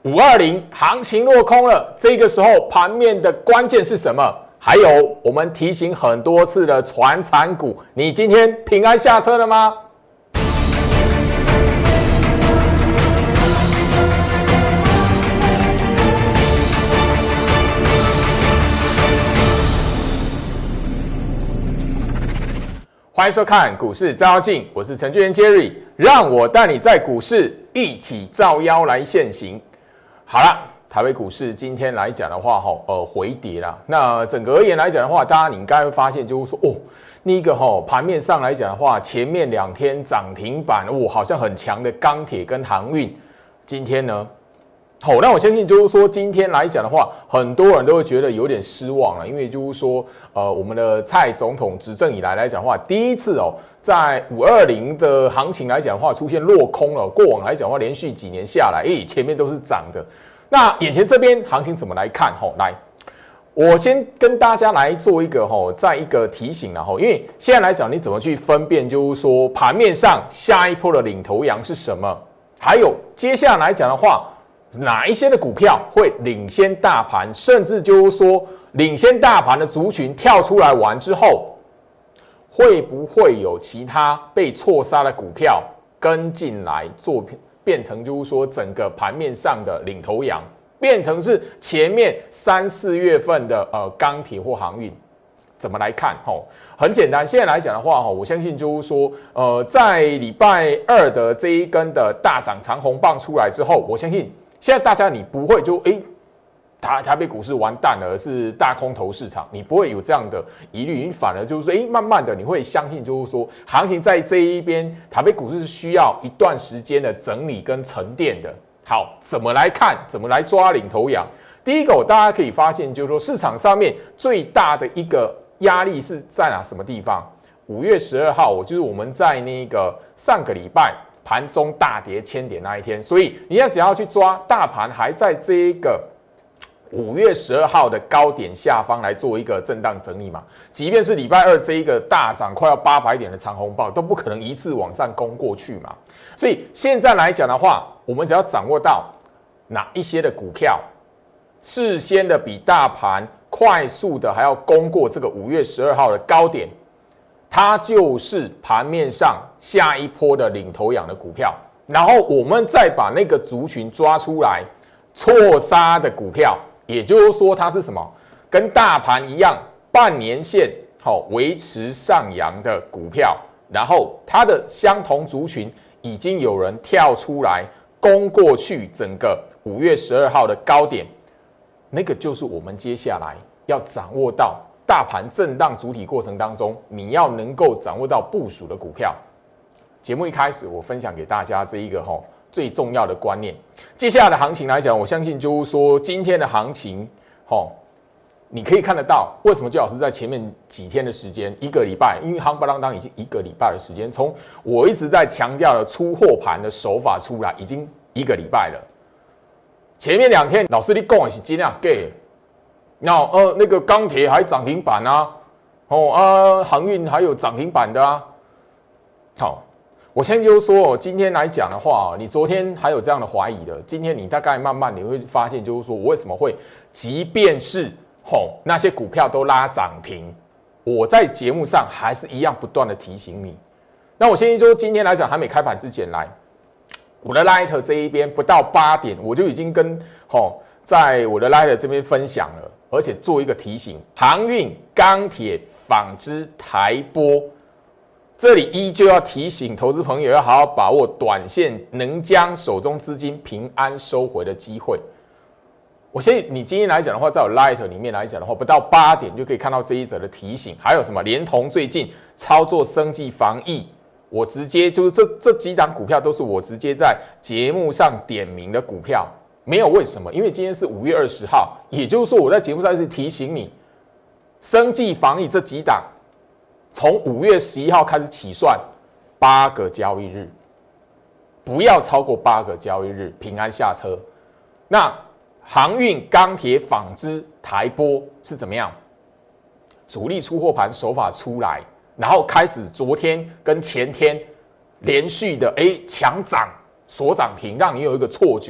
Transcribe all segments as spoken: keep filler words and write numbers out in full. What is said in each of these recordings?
五二零行情落空了，这个时候盘面的关键是什么？还有我们提醒很多次的传产股，你今天平安下车了吗？欢迎收看股市照妖镜，我是程序员 Jerry， 让我带你在股市一起照妖来现行。好了，台北股市今天来讲的话，哈，呃，回跌啦。那整个而言来讲的话，大家你应该会发现，就是说，哦，那一个哈盘面上来讲的话，前面两天涨停板，哦，好像很强的钢铁跟航运，今天呢？好，那我相信就是说，今天来讲的话，很多人都会觉得有点失望了，因为就是说，呃，我们的蔡总统执政以来来讲的话，第一次哦，在五二零的行情来讲的话，出现落空了。过往来讲的话，连续几年下来，诶，前面都是涨的。那眼前这边行情怎么来看？吼，来，我先跟大家来做一个吼，再一个提醒了吼，因为现在来讲，你怎么去分辨，就是说盘面上下一波的领头羊是什么？还有接下来讲的话。哪一些的股票会领先大盘，甚至就是说领先大盘的族群跳出来玩之后，会不会有其他被错杀的股票跟进来做，变成就是说整个盘面上的领头羊，变成是前面三四月份的呃钢铁或航运，怎么来看？吼，很简单，现在来讲的话，我相信就是说，呃，在礼拜二的这一根的大涨长红棒出来之后，我相信。现在大家你不会就哎，台台北股市完蛋了，是大空头市场，你不会有这样的疑虑，你反而就是说，哎，慢慢的你会相信，就是说，行情在这一边，台北股市是需要一段时间的整理跟沉淀的。好，怎么来看？怎么来抓领头羊？第一个，大家可以发现，就是说市场上面最大的一个压力是在哪什么地方？五月十二号，我就是我们在那个上个礼拜。盘中大跌千点那一天，所以你要只要去抓大盘还在这一个五月十二号的高点下方来做一个震荡整理嘛。即便是礼拜二这一个大涨快要八百点的长红棒，都不可能一次往上攻过去嘛。所以现在来讲的话，我们只要掌握到哪一些的股票，事先的比大盘快速的还要攻过这个五月十二号的高点。它就是盘面上下一波的领头羊的股票，然后我们再把那个族群抓出来，错杀的股票，也就是说它是什么？跟大盘一样，半年线好维持上扬的股票，然后它的相同族群已经有人跳出来攻过去整个五月十二号的高点，那个就是我们接下来要掌握到。大盘震荡主体过程当中，你要能够掌握到部署的股票。节目一开始，我分享给大家这一个吼最重要的观念。接下来的行情来讲，我相信就是说今天的行情，吼，你可以看得到为什么最老师在前面几天的时间，一个礼拜，因为夯不啷当已经一个礼拜的时间，从我一直在强调的出货盘的手法出来，已经一个礼拜了。前面两天老师你讲的是尽量给。那呃，那个钢铁还涨停板啊，哦啊，航运还有涨停板的啊。好，我先就说，今天来讲的话，你昨天还有这样的怀疑的，今天你大概慢慢你会发现，就是说我为什么会，即便是吼、哦、那些股票都拉涨停，我在节目上还是一样不断的提醒你。那我先说，今天来讲还没开盘之前来，我的 Light 这一边不到八点，我就已经跟吼、哦、在我的 Light 这边分享了。而且做一个提醒，航运、钢铁、纺织、台玻，这里依旧要提醒投资朋友要好好把握短线能将手中资金平安收回的机会。我相信你今天来讲的话，在我 Light 里面来讲的话，不到八点就可以看到这一则的提醒。还有什么？连同最近操作生技防疫，我直接就是这这几档股票都是我直接在节目上点名的股票。没有为什么？因为今天是五月二十号，也就是说我在节目上是提醒你，生技防疫这几档，从五月十一号开始起算，八个交易日，不要超过八个交易日，平安下车。那航运、钢铁、纺织、台玻是怎么样？主力出货盘手法出来，然后开始昨天跟前天连续的哎强涨。锁涨停，让你有一个错觉，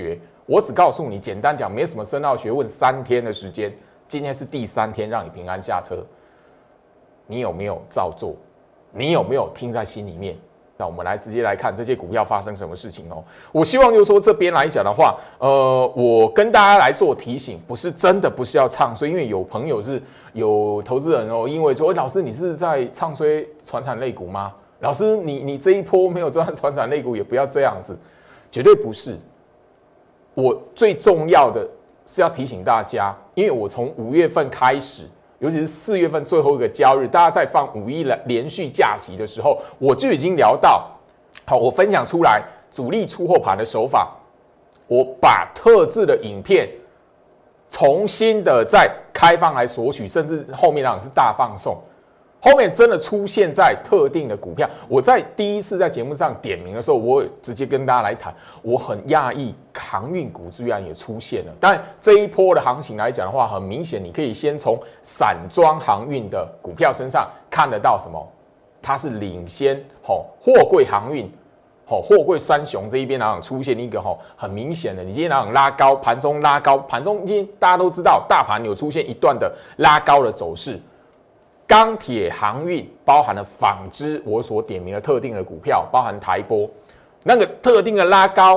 我只告诉你，简单讲，没什么深奥学问，三天的时间，今天是第三天，让你平安下车，你有没有照做？你有没有听在心里面？那我们来直接来看这些股票发生什么事情哦。我希望就是说这边来讲的话，呃，我跟大家来做提醒，不是真的不是要唱衰，因为有朋友是有投资人哦，因为说、欸、老师你是在唱衰传产类股吗？老师你你这一波没有赚传产类股，也不要这样子，绝对不是。我最重要的是要提醒大家，因为我从五月份开始。尤其是四月份最后一个交易日，大家在放五一连续假期的时候，我就已经聊到，好，我分享出来主力出货盘的手法，我把特制的影片重新的再开放来索取，甚至后面那是大放送，后面真的出现在特定的股票。我在第一次在节目上点名的时候，我直接跟大家来谈，我很讶异航运股居然也出现了。但这一波的行情来讲的话，很明显，你可以先从散装航运的股票身上看得到什么？它是领先吼货柜航运，吼货柜三雄这一边哪出现一个吼很明显的，你今天哪拉高，盘中拉高，盘中今天大家都知道，大盘有出现一段的拉高的走势。钢铁航运包含了纺织，我所点名的特定的股票，包含台玻，那个特定的拉高，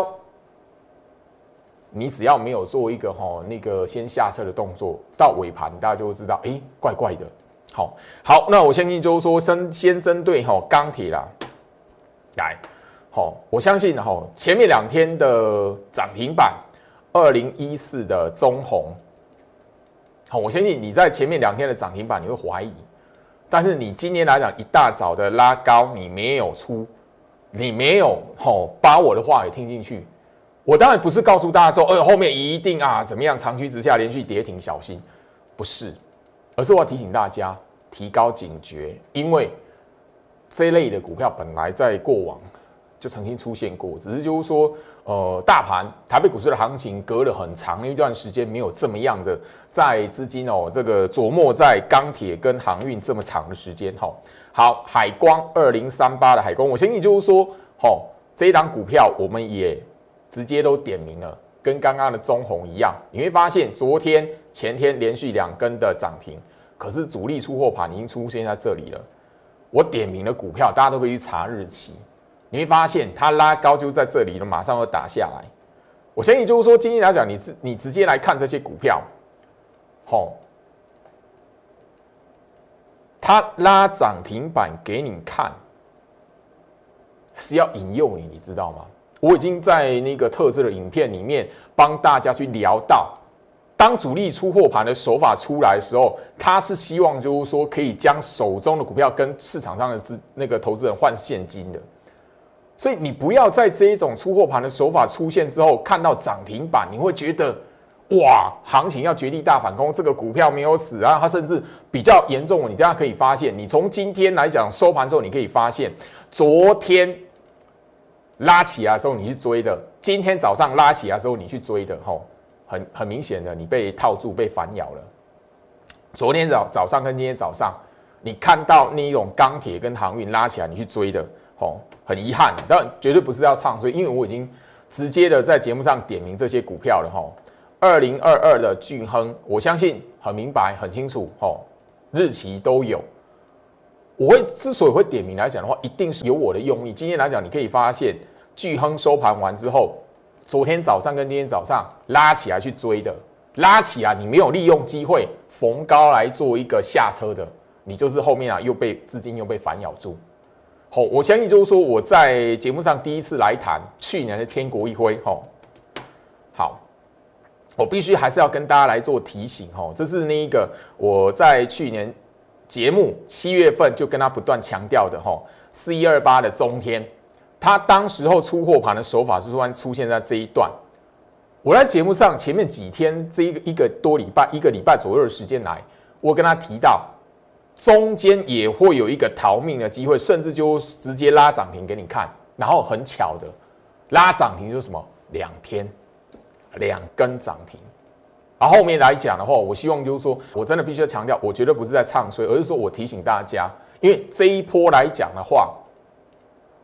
你只要没有做一个哈那个先下车的动作，到尾盘大家就会知道，哎、欸，怪怪的。好，好，那我相信就是说，先先针对哈钢铁啦，来，好，我相信哈前面两天的涨停板，二零一四的中鸿，好，我相信你在前面两天的涨停板你会怀疑。但是你今天来讲，一大早的拉高，你没有出，你没有吼把我的话也听进去。我当然不是告诉大家说，呃，后面一定啊怎么样长驱直下，连续跌停，小心，不是，而是我要提醒大家提高警觉，因为这一类的股票本来在过往就曾经出现过，只是就是说，呃，大盘台北股市的行情隔了很长一段时间，没有这么样的在资金哦，这个琢磨在钢铁跟航运这么长的时间哈。好，海光二零三八的海光，我相信就是说，吼，这一档股票我们也直接都点名了，跟刚刚的中鸿一样，你会发现昨天、前天连续两根的涨停，可是主力出货盘已经出现在这里了。我点名的股票，大家都可以去查日期。你会发现它拉高就在这里了，马上要打下来。我相信就是说，今天来讲，你你直接来看这些股票，吼，它拉涨停板给你看，是要引诱你，你知道吗？我已经在那个特制的影片里面帮大家去聊到，当主力出货盘的手法出来的时候，他是希望就是说可以将手中的股票跟市场上的资那个投资人换现金的。所以你不要在这一种出货盘的手法出现之后，看到涨停板，你会觉得哇，行情要绝地大反攻，这个股票没有死啊，它甚至比较严重。你大家可以发现，你从今天来讲收盘之后，你可以发现，昨天拉起来的时候你去追的，今天早上拉起来的时候你去追的，吼，很很明显的你被套住，被反咬了。昨天早早上跟今天早上，你看到那一种钢铁跟航运拉起来，你去追的。哦，很遗憾，但绝对不是要唱衰，因为我已经直接的在节目上点名这些股票了哈。二零二二的巨亨，我相信很明白、很清楚，哦，日期都有。我会之所以会点名来讲的话，一定是有我的用意。今天来讲，你可以发现巨亨收盘完之后，昨天早上跟今天早上拉起来去追的，拉起来你没有利用机会逢高来做一个下车的，你就是后面啊又被资金又被反咬住。好，我相信就是说我在节目上第一次来谈去年的天国一辉，吼，好，我必须还是要跟大家来做提醒，吼，这是那一个我在去年节目七月份就跟他不断强调的，吼，四一二八的中天，他当时候出货盘的手法是说出现在这一段，我在节目上前面几天这一个一个多礼拜一个礼拜左右的时间来，我跟他提到。中间也会有一个逃命的机会，甚至就直接拉涨停给你看。然后很巧的，拉涨停就是什么？两天，两根涨停。而后面来讲的话，我希望就是说，我真的必须要强调，我绝对不是在唱衰，而是说我提醒大家，因为这一波来讲的话，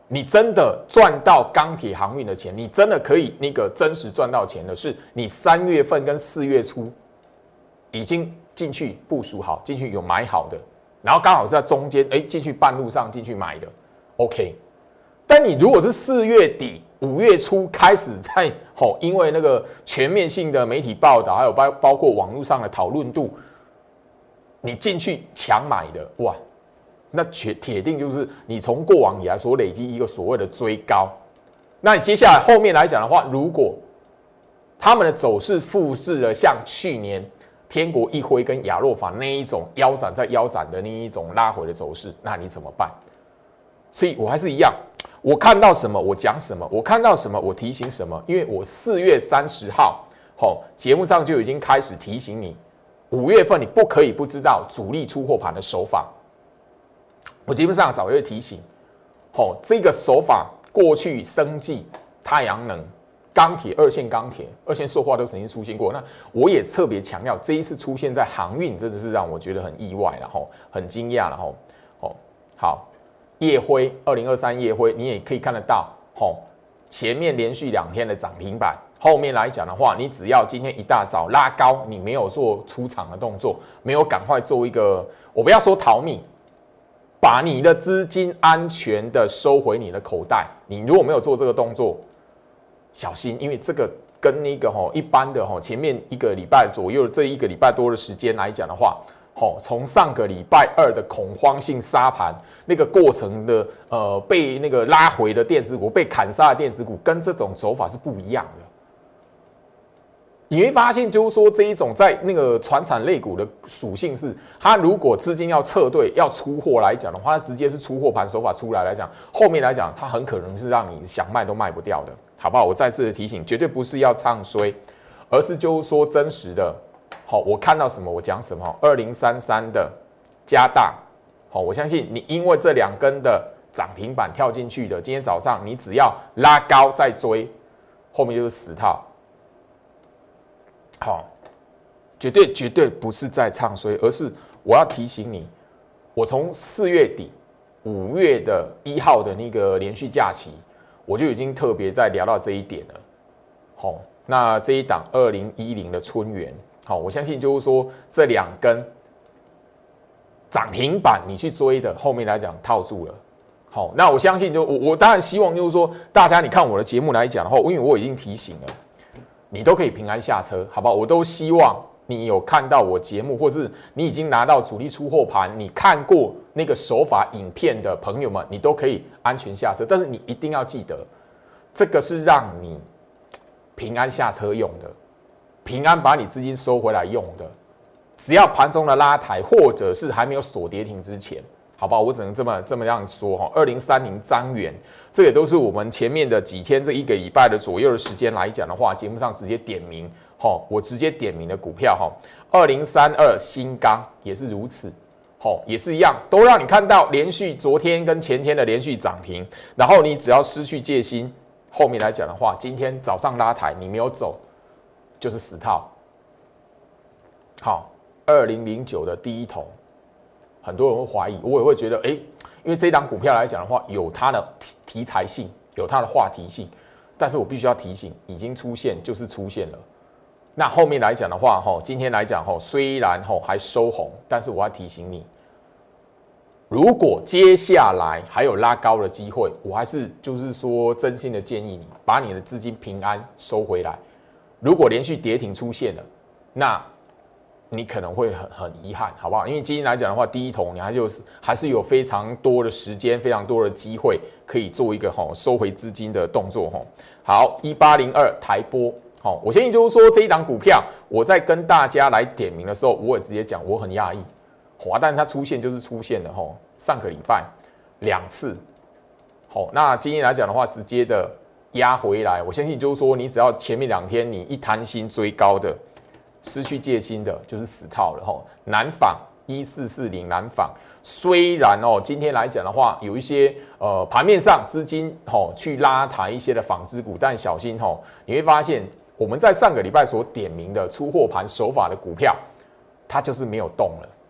你真的赚到钢铁航运的钱，你真的可以那个真实赚到钱的是，你三月份跟四月初已经进去部署好，进去有买好的，然后刚好在中间，哎，进去半路上进去买的 ，OK。但你如果是四月底、五月初开始在吼，因为那个全面性的媒体报道，还有包包括网络上的讨论度，你进去强买的，哇！那铁铁定就是你从过往以来所累积一个所谓的追高，那你接下来后面来讲的话，如果他们的走势复制了像去年天国一辉跟亚洛法那一种腰斩在腰斩的那一种拉回的走势，那你怎么办？所以我还是一样，我看到什么我讲什么，我看到什么我提醒什么，因为我四月三十号吼节目上就已经开始提醒你，五月份你不可以不知道主力出货盘的手法。我节目上早就提醒，吼，这个手法过去生技、太阳能、钢铁、二线钢铁、二线塑化都曾经出现过。那我也特别强调，这一次出现在航运，真的是让我觉得很意外了，吼，很惊讶了，吼，哦，好，夜辉二零二三夜辉，你也可以看得到，吼，前面连续两天的涨停板，后面来讲的话，你只要今天一大早拉高，你没有做出场的动作，没有赶快做一个，我不要说逃命。把你的资金安全的收回你的口袋，你如果没有做这个动作，小心，因为这个跟那个吼一般的吼前面一个礼拜左右这一个礼拜多的时间来讲的话，吼从上个礼拜二的恐慌性杀盘那个过程的呃被那个拉回的电子股被砍杀的电子股，跟这种走法是不一样的。你会发现，就是说这一种在那个传产类股的属性是，它如果资金要撤退、要出货来讲的话，它直接是出货盘手法出来来讲，后面来讲它很可能是让你想卖都卖不掉的，好不好？我再次的提醒，绝对不是要唱衰，而是就是说真实的。好，我看到什么我讲什么。二零三三的加大，好，我相信你因为这两根的涨停板跳进去的，今天早上你只要拉高再追，后面就是死套。好，绝对绝对不是在唱衰，而是我要提醒你，我从四月底、五月的一号的那个连续假期，我就已经特别在聊到这一点了。好，那这一档二零一零的春源，好，我相信就是说这两根涨停板你去追的，后面来讲套住了。好，那我相信就我我当然希望就是说大家你看我的节目来讲的话，因为我已经提醒了。你都可以平安下车，好不好？我都希望你有看到我节目，或是你已经拿到主力出货盘，你看过那个手法影片的朋友们，你都可以安全下车。但是你一定要记得，这个是让你平安下车用的，平安把你资金收回来用的。只要盘中的拉抬，或者是还没有锁跌停之前，好不好？我只能这么这么样说哈。二零三零张元。这也都是我们前面的几天这一个礼拜的左右的时间来讲的话，节目上直接点名，吼，我直接点名的股票，吼，二零三二新钢也是如此，吼，也是一样，都让你看到连续昨天跟前天的连续涨停，然后你只要失去戒心，后面来讲的话，今天早上拉抬你没有走，就是死套。好，二零零九的第一桶，很多人会怀疑，我也会觉得，哎、欸。因为这档股票来讲的话，有它的题材性，有它的话题性，但是我必须要提醒，已经出现就是出现了。那后面来讲的话，哈，今天来讲，哈，虽然哈还收红，但是我要提醒你，如果接下来还有拉高的机会，我还是就是说真心的建议你，把你的资金平安收回来。如果连续跌停出现了，那你可能会很很遗憾，好不好？因为今天来讲的话，第一桶你还就是还是有非常多的时间，非常多的机会可以做一个哈收回资金的动作哈。好，一八零二台波，好，我相信就是说这一档股票，我在跟大家来点名的时候，我也直接讲我很讶异，哇，但是它出现就是出现了哈，上个礼拜两次，好，那今天来讲的话，直接的压回来，我相信就是说你只要前面两天你一贪心追高的。失去戒心的就是死套了哈。南纺一四四零南纺，虽然哦今天来讲的话，有一些呃盘面上资金吼去拉抬一些的纺织股，但小心吼，你会发现我们在上个礼拜所点名的出货盘手法的股票，它就是没有动了。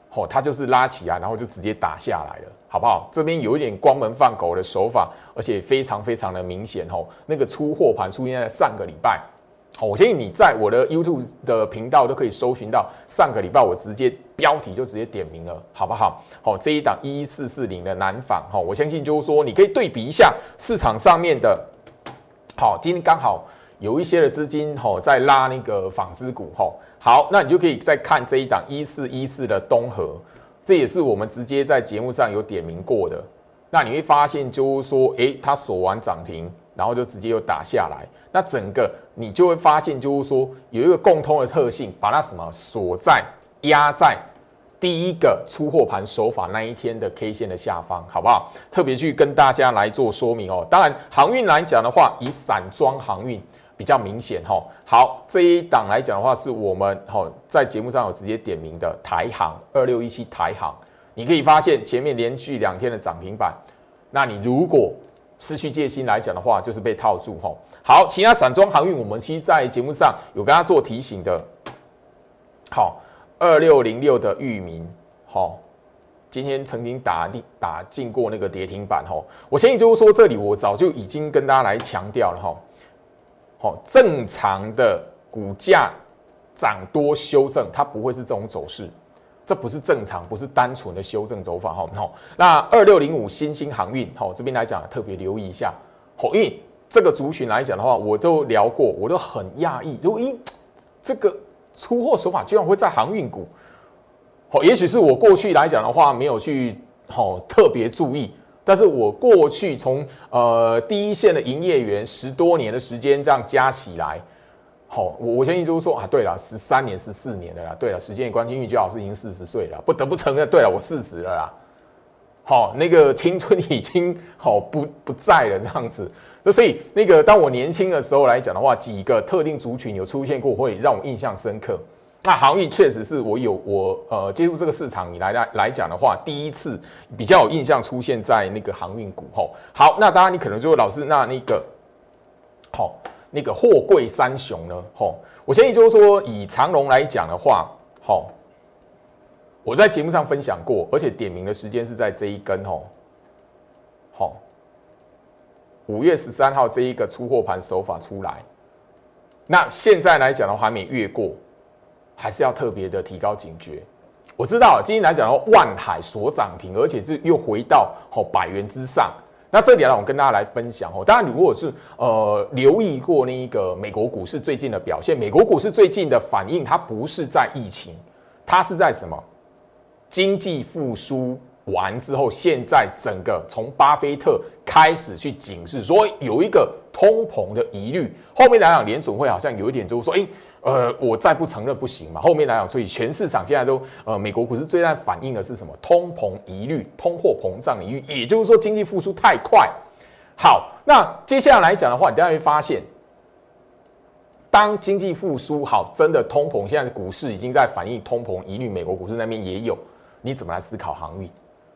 哦，它就是拉起来，然后就直接打下来了，好不好？这边有一点关门放狗的手法，而且非常非常的明显哦。那个出货盘出现在上个礼拜，好，我建议你在我的 YouTube 的频道都可以搜寻到上个礼拜，我直接标题就直接点名了，好不好？好，这一档一一四四零的南纺，哈，我相信就是说你可以对比一下市场上面的，好，今天刚好有一些的资金吼在拉那个纺织股吼，好，那你就可以再看这一档一四一四的东和，这也是我们直接在节目上有点名过的。那你会发现就是说，诶，它锁完涨停，然后就直接又打下来，那整个你就会发现就是说有一个共通的特性，把它什么锁在压在第一个出货盘手法那一天的 K 线的下方，好不好？特别去跟大家来做说明哦。当然，航运来讲的话，以散装航运比较明显哈。好，这一档来讲的话，是我们哈在节目上有直接点名的台航二六一七台航，你可以发现前面连续两天的涨停板，那你如果失去戒心来讲的话，就是被套住哈。好，其他散装航运我们其实在节目上有跟他做提醒的，好。二六零六的裕民，好，今天曾经打打进过那个跌停板，哈，我相信就是说这里我早就已经跟大家来强调了，哈，好，正常的股价涨多修正，它不会是这种走势，这不是正常，不是单纯的修正走法，哈，好，那二六零五新兴航运，好，这边来讲特别留意一下，好，因为这个族群来讲的话，我都聊过，我都很讶异，就因这个。出货手法居然会在航运股，好，也许是我过去来讲的话没有去好特别注意，但是我过去从呃第一线的营业员十多年的时间这样加起来，好，我我相信就是说啊，对了，十三年、十四年的啦，对了，时间也关系，因为居老师已经四十岁了，不得不承认，对了，我四十了啦，好，那个青春已经好不不在了这样子。所以，那个当我年轻的时候来讲的话，几个特定族群有出现过，会让我印象深刻。那航运确实是我有我呃接入这个市场以来来来讲的话，第一次比较有印象出现在那个航运股吼。好，那当然你可能就老师那那个好那个货柜三雄呢吼，我相信就是说以长荣来讲的话，好，我在节目上分享过，而且点名的时间是在这一根吼，好。五月十三号这一个出货盘手法出来，那现在来讲的话还没越过，还是要特别的提高警觉。我知道今天来讲的话，万海所涨停，而且是又回到好百元之上。那这里让我跟大家来分享哦。当然，如果是呃留意过那一个美国股市最近的表现，美国股市最近的反应，它不是在疫情，它是在什么？经济复苏。完之后，现在整个从巴菲特开始去警示，说有一个通膨的疑虑。后面来讲，联准会好像有一点就是说，哎、欸，呃，我再不承认不行嘛。后面来讲，所以全市场现在都，呃，美国股市最在反映的是什么？通膨疑虑、通货膨胀疑虑，也就是说经济复苏太快。好，那接下来来讲的话，你大家会发现，当经济复苏好，真的通膨，现在股市已经在反映通膨疑虑，美国股市那边也有，你怎么来思考航运？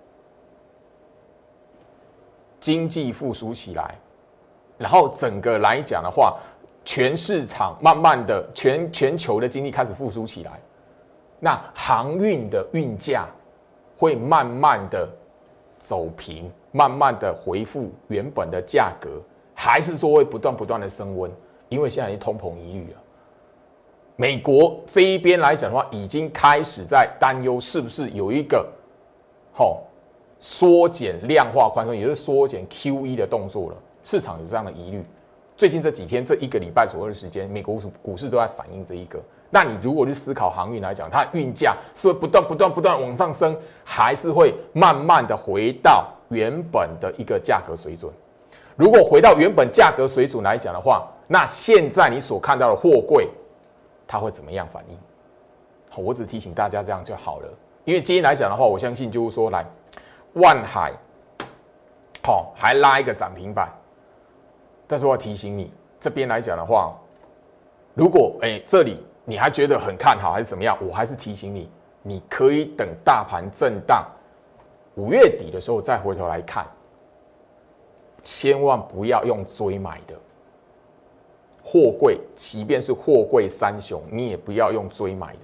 经济复苏起来，然后整个来讲的话，全市场慢慢的全全球的经济开始复苏起来，那航运的运价会慢慢的走平，慢慢的恢复原本的价格，还是说会不断不断的升温？因为现在已经通膨疑虑了。美国这一边来讲的话，已经开始在担忧是不是有一个好。缩减量化宽松，也就是缩减 Q E 的动作了，市场有这样的疑虑。最近这几天，这一个礼拜左右的时间，美国股市都在反映这一个。那你如果去思考航运来讲，它的运价是会不断、不断、不断往上升，还是会慢慢的回到原本的一个价格水准？如果回到原本价格水准来讲的话，那现在你所看到的货柜，它会怎么样反应？好，我只提醒大家这样就好了。因为今天来讲的话，我相信就是说来。万海，好、哦，还拉一个涨停板，但是我要提醒你，这边来讲的话，如果哎这里你还觉得很看好还是怎么样，我还是提醒你，你可以等大盘震荡，五月底的时候再回头来看，千万不要用追买的货柜，即便是货柜三雄，你也不要用追买的。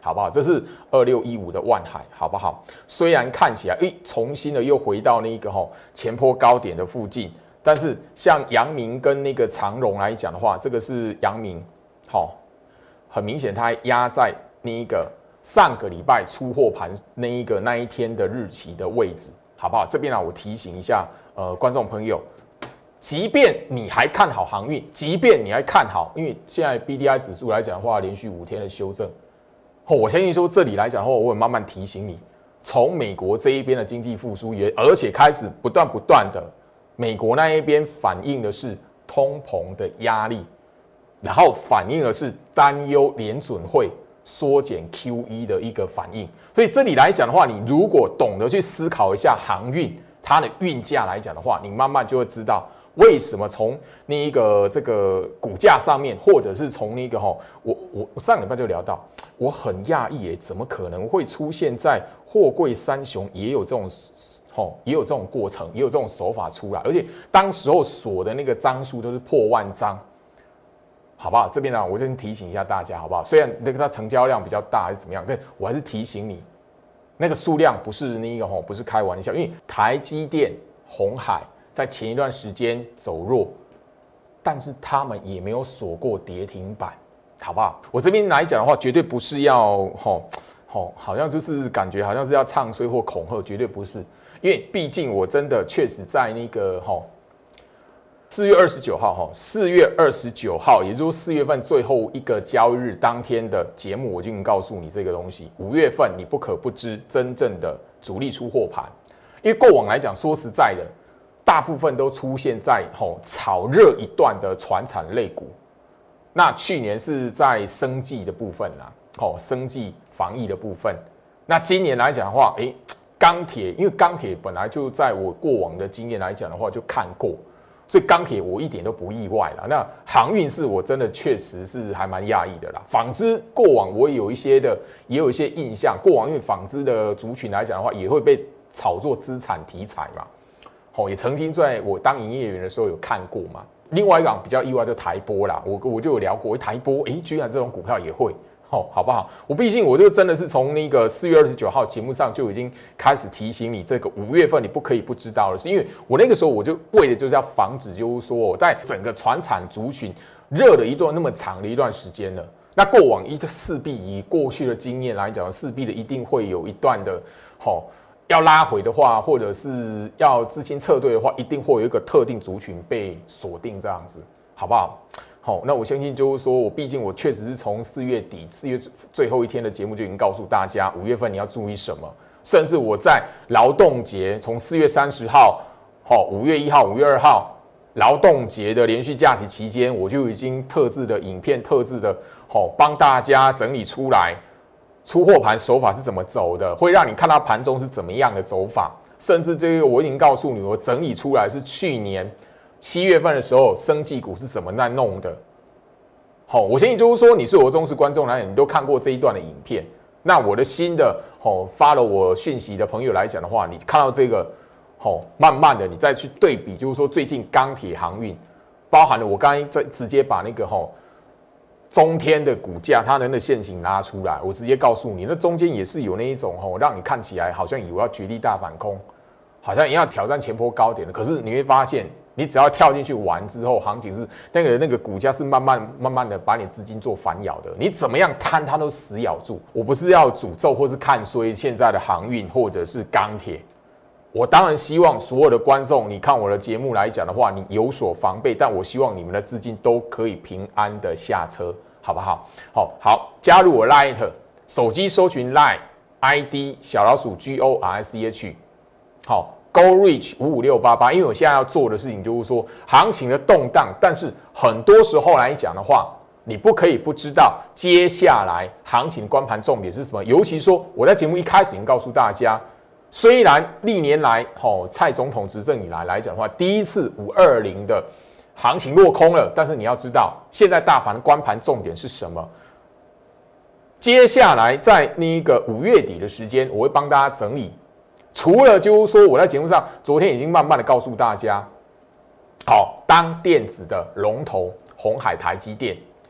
好不好？这是二六一五的万海，好不好？虽然看起来，诶，重新的又回到那个吼前波高点的附近，但是像阳明跟那个长荣来讲的话，这个是阳明，好，很明显它压在那一个上个礼拜出货盘那一个那一天的日期的位置，好不好？这边呢，我提醒一下，呃，观众朋友。即便你还看好航运，即便你还看好，因为现在 B D I 指数来讲的话，连续五天的修正，哦，我相信说这里来讲的话，我会慢慢提醒你，从美国这一边的经济复苏也，而且开始不断不断的，美国那一边反映的是通膨的压力，然后反映的是担忧联准会缩减 Q E 的一个反应，所以这里来讲的话，你如果懂得去思考一下航运它的运价来讲的话，你慢慢就会知道。为什么从那一个这个股价上面，或者是从那个哈，我我我上礼拜就聊到，我很讶异耶，怎么可能会出现在货柜三雄也有这种吼，也有这种过程，也有这种手法出来，而且当时候锁的那个张数都是破万张，好不好？这边呢，我先提醒一下大家，好不好？虽然那个它成交量比较大还是怎么样，但我还是提醒你，那个数量不是那个吼，不是开玩笑，因为台积电、鸿海。在前一段时间走弱，但是他们也没有锁过跌停板，好不好？我这边来讲的话，绝对不是要吼吼，好像就是感觉好像是要唱衰或恐吓，绝对不是，因为毕竟我真的确实在那个吼四月二十九号哈，四月二十九号，也就是四月份最后一个交易日当天的节目，我就已经告诉你这个东西。五月份你不可不知真正的主力出货盘，因为过往来讲，说实在的。大部分都出现在吼炒热一段的传产类股，那去年是在生技的部分啦，吼生技防疫的部分。那今年来讲的话，诶，钢铁，因为钢铁本来就在我过往的经验来讲的话就看过，所以钢铁我一点都不意外啦。那航运是我真的确实是还蛮讶异的啦。纺织过往我也有一些的，也有一些印象，过往因为纺织的族群来讲的话，也会被炒作资产题材嘛。哦，也曾经在我当营业员的时候有看过嘛。另外一个比较意外就台玻啦，我我就有聊过，台玻，哎、欸，居然这种股票也会，哦，好不好？我毕竟我就真的是从那个四月二十九号节目上就已经开始提醒你，这个五月份你不可以不知道的是，因为我那个时候我就为的就是要防止，就是说在整个传产族群热了一段那么长的一段时间了，那过往一势必以过去的经验来讲，势必的一定会有一段的，好、哦。要拉回的话，或者是要资金撤退的话，一定会有一个特定族群被锁定，这样子，好不好？好，那我相信就是说我毕竟我确实是从四月底、四月最后一天的节目就已经告诉大家，五月份你要注意什么，甚至我在劳动节从四月三十号，好，五月一号、五月二号劳动节的连续假期期间，我就已经特制的影片、特制的，好帮大家整理出来。出货盘手法是怎么走的，会让你看到盘中是怎么样的走法，甚至这个我已经告诉你，我整理出来是去年七月份的时候，生技股是怎么在弄的。好，我相信就是说你是我的忠实观众来讲，你都看过这一段的影片。那我的新的好发了我讯息的朋友来讲的话，你看到这个好，慢慢的你再去对比，就是说最近钢铁航运，包含了我刚才直接把那个好。中天的股价，它能的线型拉出来，我直接告诉你，那中间也是有那一种吼，让你看起来好像以为要绝地大反攻，好像也要挑战前波高点的。可是你会发现，你只要跳进去玩之后，行情是那个那个股价是慢慢慢慢的把你资金做反咬的，你怎么样摊它都死咬住。我不是要诅咒或是看衰现在的航运或者是钢铁。我当然希望所有的观众，你看我的节目来讲的话，你有所防备，但我希望你们的资金都可以平安的下车，好不好？好，好，加入我 Line， 手机搜寻 Line I D 小老鼠 G O R C H， 好 ，Go Reach 五五六八八。因为我现在要做的事情就是说，行情的动荡，但是很多时候来讲的话，你不可以不知道接下来行情观盘重点是什么。尤其说我在节目一开始已经告诉大家。虽然历年来，吼蔡总统执政以来来讲的话，第一次五二零的行情落空了，但是你要知道，现在大盘的观盘重点是什么？接下来在那个五月底的时间，我会帮大家整理。除了就是说，我在节目上昨天已经慢慢的告诉大家，好，当电子的龙头鸿海、台积电，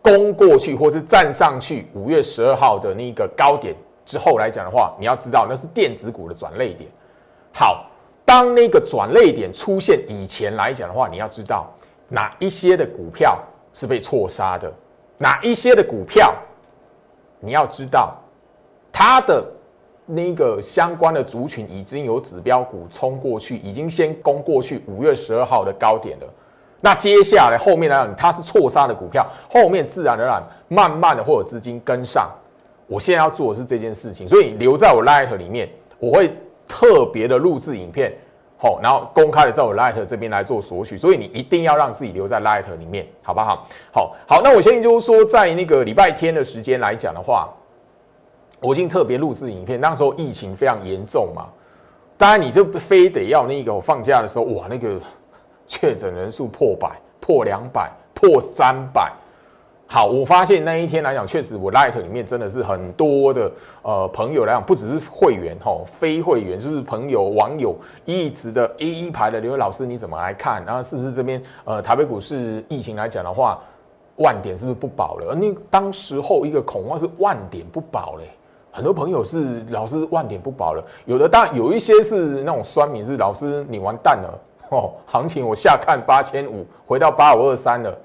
攻过去，或是站上去五月十二号的那个高点之后来讲的话，你要知道那是电子股的转捩点。好，当那个转捩点出现以前来讲的话，你要知道哪一些的股票是被错杀的，哪一些的股票你要知道它的那个相关的族群已经有指标股冲过去，已经先攻过去五月十二号的高点了。那接下来后面来讲，它是错杀的股票，后面自然而然慢慢的会有资金跟上。我现在要做的是这件事情，所以留在我 Light 里面，我会特别的录制影片，好，然后公开的在我 Light 这边来做索取，所以你一定要让自己留在 Light 里面，好不好？好，好，那我相信就是说，在那个礼拜天的时间来讲的话，我已经特别录制影片，那时候疫情非常严重嘛，当然你就非得要那个我放假的时候，哇，那个确诊人数破百、破两百、破三百。好，我发现那一天来讲，确实我 Light 里面真的是很多的呃朋友来讲，不只是会员吼，非会员就是朋友网友一直的一一排的刘老师你怎么来看？然后是不是这边呃台北股市疫情来讲的话，万点是不是不保了？那当时候一个恐慌是万点不保嘞。很多朋友是老师万点不保了，有的当然有一些是那种酸民是老师你完蛋了。哦，行情我下看八千五，回到八五二三了，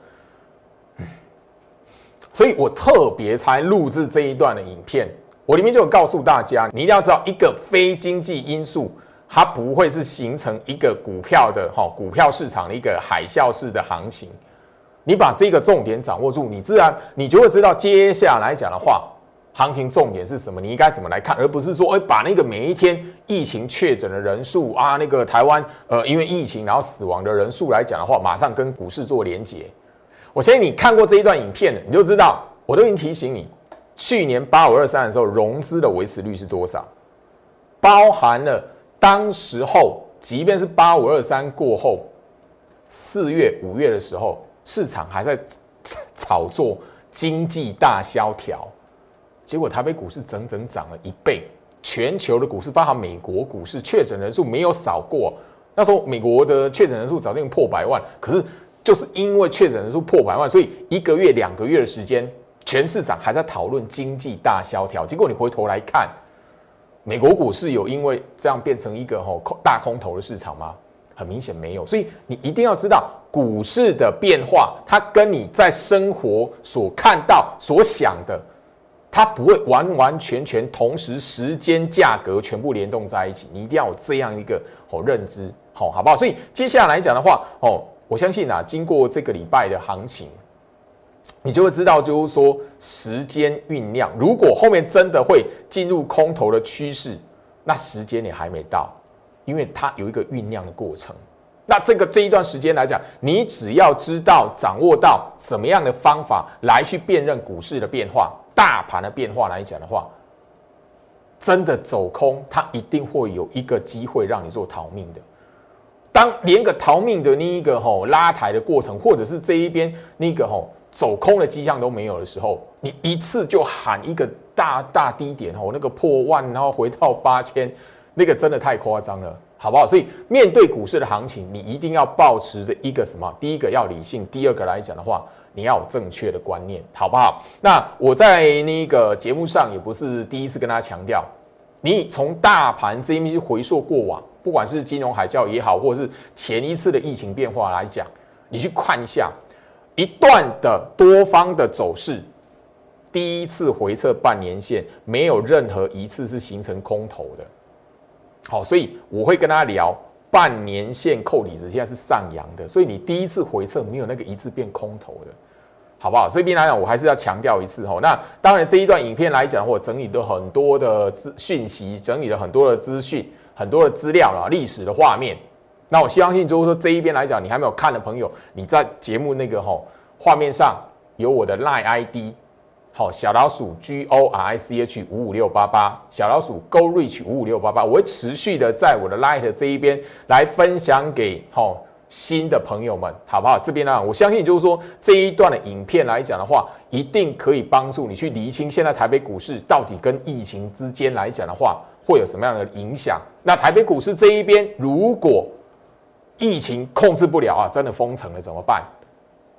所以我特别才录制这一段的影片。我里面就有告诉大家，你一定要知道，一个非经济因素，它不会是形成一个股票的哈、哦、股票市场的一个海啸式的行情。你把这个重点掌握住，你自然你就会知道接下来讲的话。行情重点是什么？你应该怎么来看，而不是说，哎、欸，把那个每一天疫情确诊的人数啊，那个台湾呃因为疫情然后死亡的人数来讲的话，马上跟股市做连结。我相信你看过这一段影片了，你就知道，我都已经提醒你，去年八五二三的时候融资的维持率是多少，包含了当时候，即便是八五二三过后，四月、五月的时候，市场还在炒作经济大萧条。结果台北股市整整涨了一倍，全球的股市，包含美国股市，确诊人数没有少过。那时候美国的确诊人数早就破百万，可是就是因为确诊人数破百万，所以一个月、两个月的时间，全市场还在讨论经济大萧条。结果你回头来看，美国股市有因为这样变成一个吼大空头的市场吗？很明显没有。所以你一定要知道股市的变化，它跟你在生活所看到、所想的。它不会完完全全同时时间价格全部联动在一起，你一定要有这样一个哦认知，好，好不好？所以接下来讲的话，哦，我相信啊，经过这个礼拜的行情，你就会知道，就是说时间酝酿，如果后面真的会进入空头的趋势，那时间也还没到，因为它有一个酝酿的过程。那这个这一段时间来讲，你只要知道掌握到怎么样的方法来去辨认股市的变化、大盘的变化来讲的话，真的走空，它一定会有一个机会让你做逃命的。当连个逃命的那一个吼拉抬的过程，或者是这一边那个吼走空的迹象都没有的时候，你一次就喊一个大大低点吼，那个破万，然后回到八千，那个真的太夸张了。好不好？所以面对股市的行情，你一定要抱持着一个什么？第一个要理性，第二个来讲的话，你要有正确的观念，好不好？那我在那个节目上也不是第一次跟大家强调，你从大盘这一面去回溯过往，不管是金融海啸也好，或者是前一次的疫情变化来讲，你去看一下一段的多方的走势，第一次回测半年线，没有任何一次是形成空头的。好，所以我会跟大家聊半年线扣底值现在是上扬的，所以你第一次回测没有那个一次变空头的，好不好？这边来讲，我还是要强调一次哈。那当然这一段影片来讲，我整理了很多的讯息，整理了很多的资讯，很多的资料啦，历史的画面。那我相信就是说这一边来讲，你还没有看的朋友，你在节目那个哈画面上有我的 LINE I D。好，小老鼠 G O R I C H 五五六八八，小老鼠 Go Reach 五五六八八，我会持续的在我的 Light 这一边来分享给好新的朋友们，好不好？这边呢，我相信就是说这一段的影片来讲的话，一定可以帮助你去厘清现在台北股市到底跟疫情之间来讲的话，会有什么样的影响。那台北股市这一边，如果疫情控制不了啊，真的封城了怎么办？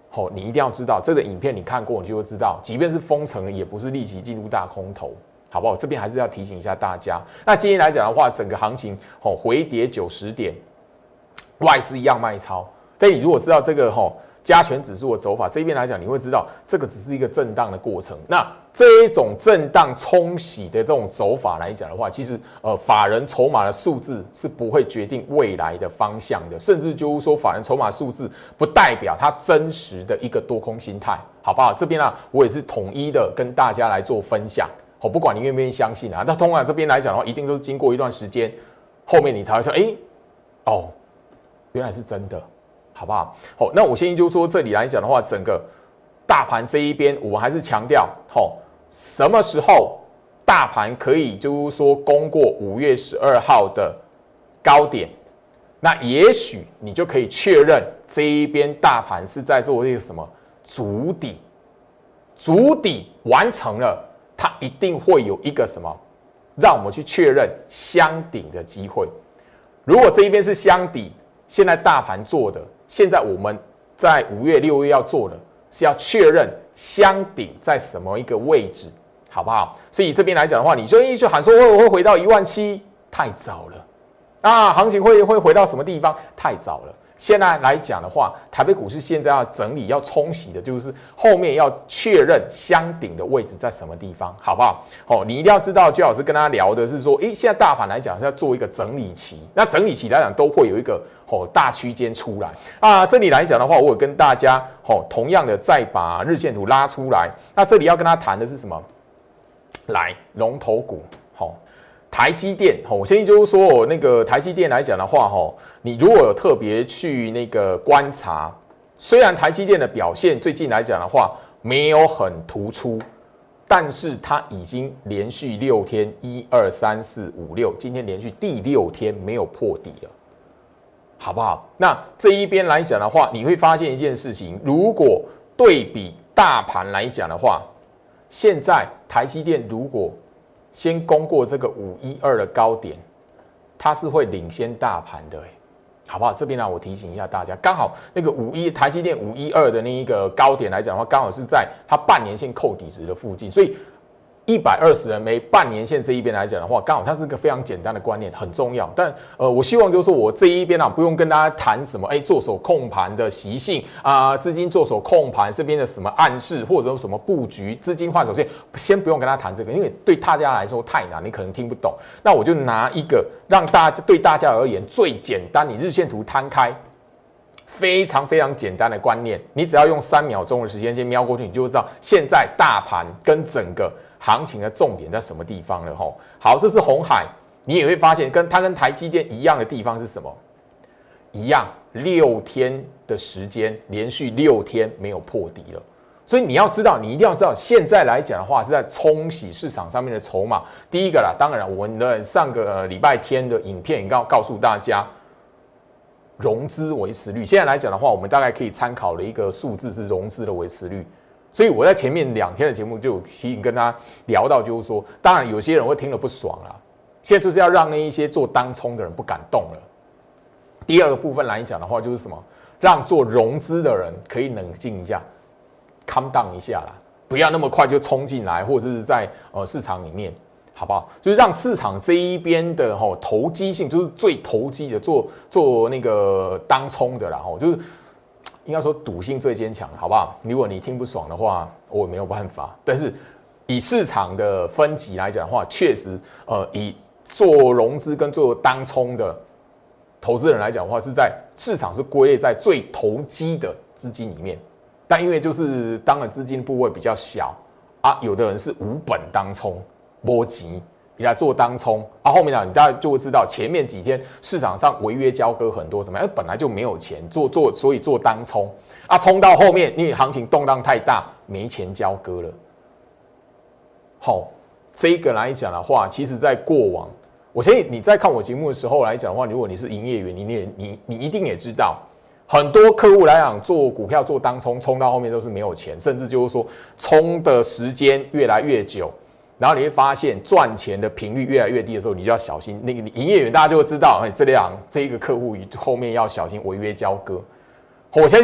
哦，你一定要知道这个影片你看过，你就会知道，即便是封城了，也不是立即进入大空头，好不好？这边还是要提醒一下大家。那今天来讲的话，整个行情哦回跌九十点，外资一样卖超。但你如果知道这个吼加权指数的走法，这边来讲，你会知道这个只是一个震荡的过程。那这一种震荡冲洗的这种走法来讲的话，其实呃法人筹码的数字是不会决定未来的方向的，甚至就是说法人筹码数字不代表它真实的一个多空心态，好不好？这边啊，我也是统一的跟大家来做分享。哦，不管你愿不愿意相信啊，那通常这边来讲的话，一定都是经过一段时间，后面你才会说，哎、欸，哦，原来是真的。好不好？好，那我先就说这里来讲的话，整个大盘这一边，我们还是强调，好，什么时候大盘可以就是说攻过五月十二号的高点，那也许你就可以确认这一边大盘是在做一个什么筑底，筑底完成了，它一定会有一个什么，让我们去确认箱顶的机会。如果这一边是箱底，现在大盘做的。现在我们在五月、六月要做的是要确认箱顶在什么一个位置，好不好？所以这边来讲的话，你就一直喊说会会回到一万七，太早了啊！行情会会回到什么地方？太早了。现在来讲的话，台北股市现在要整理、要冲洗的，就是后面要确认箱顶的位置在什么地方，好不好？哦，你一定要知道，居老师跟他聊的是说，诶，现在大盘来讲是要做一个整理期，那整理期来讲都会有一个哦大区间出来啊。这里来讲的话，我有跟大家哦同样的再把日线图拉出来，那这里要跟他谈的是什么？来，龙头股，好。台积电，我相信就是说，那个台积电来讲的话，哈，你如果有特别去那个观察，虽然台积电的表现最近来讲的话没有很突出，但是它已经连续六天，一二三四五六，今天连续第六天没有破底了，好不好？那这一边来讲的话，你会发现一件事情，如果对比大盘来讲的话，现在台积电如果先攻过这个五一二的高点，它是会领先大盘的，好不好？这边呢，我提醒一下大家，刚好那个五一台积电五一二的那一个高点来讲的话，刚好是在它半年线扣底值的附近，所以一百二十人每半年线这一边来讲的话，刚好它是个非常简单的观念，很重要。但呃，我希望就是说我这一边啊，不用跟大家谈什么，哎，做手控盘的习性啊，资金做手控盘这边的什么暗示，或者有什么布局，资金换手线，先不用跟他谈这个，因为对大家来说太难，你可能听不懂。那我就拿一个让大家对大家而言最简单，你日线图摊开。非常非常简单的观念，你只要用三秒钟的时间先瞄过去，你就会知道现在大盘跟整个行情的重点在什么地方了吼。好，这是鸿海，你也会发现跟它跟台积电一样的地方是什么？一样，六天的时间，连续六天没有破底了。所以你要知道，你一定要知道，现在来讲的话是在冲洗市场上面的筹码。第一个啦，当然我们的上个礼拜天的影片也告告诉大家。融资维持率，现在来讲的话，我们大概可以参考的一个数字是融资的维持率。所以我在前面两天的节目就有提醒跟他聊到，就是说，当然有些人会听了不爽啦，现在就是要让那一些做当冲的人不敢动了。第二个部分来讲的话，就是什么，让做融资的人可以冷静一下 ，calm down 一下啦，不要那么快就冲进来，或者是在呃市场里面。好不好？就是让市场这一边的吼投机性，就是最投机的，做做那个当冲的啦，吼，就是应该说赌性最坚强，好不好？如果你听不爽的话，我也没有办法。但是以市场的分级来讲的话，确实，呃，以做融资跟做当冲的投资人来讲的话，是在市场是归类在最投机的资金里面。但因为就是当然资金部位比较小啊，有的人是无本当冲。摸急，你来做当冲啊，后面呢，你大家就会知道，前面几天市场上违约交割很多，怎么样？本来就没有钱做做，所以做当冲啊，冲到后面，因为行情动荡太大，没钱交割了。好，这个来讲的话，其实在过往，我相信你在看我节目的时候来讲的话，如果你是营业员，你也你你一定也知道，很多客户来讲做股票做当冲，冲到后面都是没有钱，甚至就是说冲的时间越来越久。然后你会发现赚钱的频率越来越低的时候，你就要小心。那个营业员大家就会知道，哎，这两这一个客户后面要小心违约交割。我相信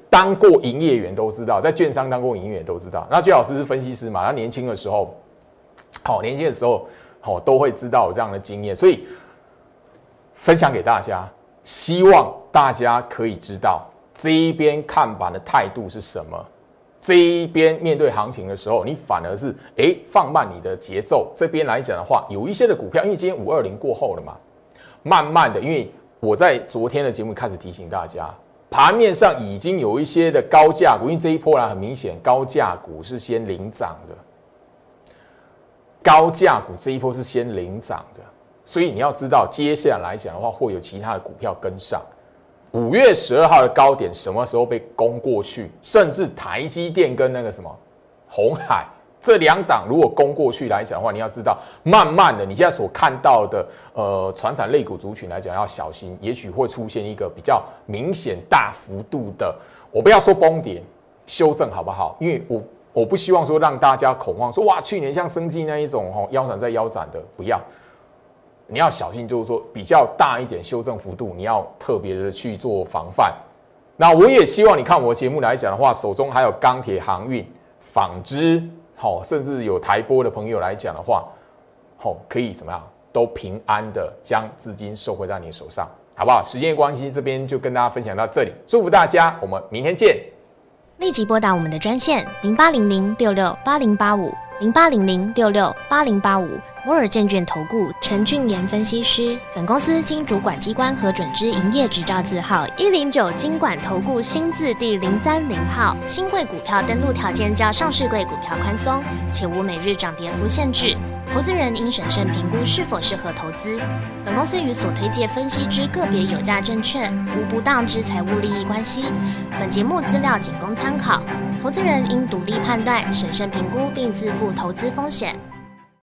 当过营业员都知道，在券商当过营业员都知道。那最老师是分析师嘛，他年轻的时候，好、哦、年轻的时候，好、哦、都会知道有这样的经验，所以分享给大家，希望大家可以知道这一边看盘的态度是什么。这一边面对行情的时候，你反而是哎放慢你的节奏。这边来讲的话，有一些的股票，因为今天五二零过后了嘛，慢慢的，因为我在昨天的节目开始提醒大家，盘面上已经有一些的高价股，因为这一波来很明显，高价股是先领涨的，高价股这一波是先领涨的，所以你要知道，接下来来讲的话，会有其他的股票跟上。五月十二号的高点什么时候被攻过去？甚至台积电跟那个什么鸿海这两档如果攻过去来讲的话，你要知道，慢慢的你现在所看到的呃传产类股族群来讲要小心，也许会出现一个比较明显大幅度的，我不要说崩跌，修正好不好？因为我我不希望说让大家恐慌，说哇去年像生技那一种哦腰斩再腰斩的不要。你要小心，就是说比较大一点修正幅度，你要特别的去做防范。那我也希望你看我的节目来讲的话，手中还有钢铁、航运、纺织，好，甚至有台玻的朋友来讲的话，好，可以怎么样，都平安的将资金收回在你手上，好不好？时间的关系，这边就跟大家分享到这里，祝福大家，我们明天见。 立即拨打我们的专线零八零零六六八零八五。零八零零六六八零八五摩尔证券投顾陈俊言分析师，本公司经主管机关核准之营业执照字号一零九金管投顾新字第零三零号。新贵股票登录条件较上市贵股票宽松，且无每日涨跌幅限制。投资人应审慎评估是否适合投资。本公司与所推介分析之个别有价证券无不当之财务利益关系。本节目资料仅供参考，投资人应独立判断、审慎评估并自负投资风险。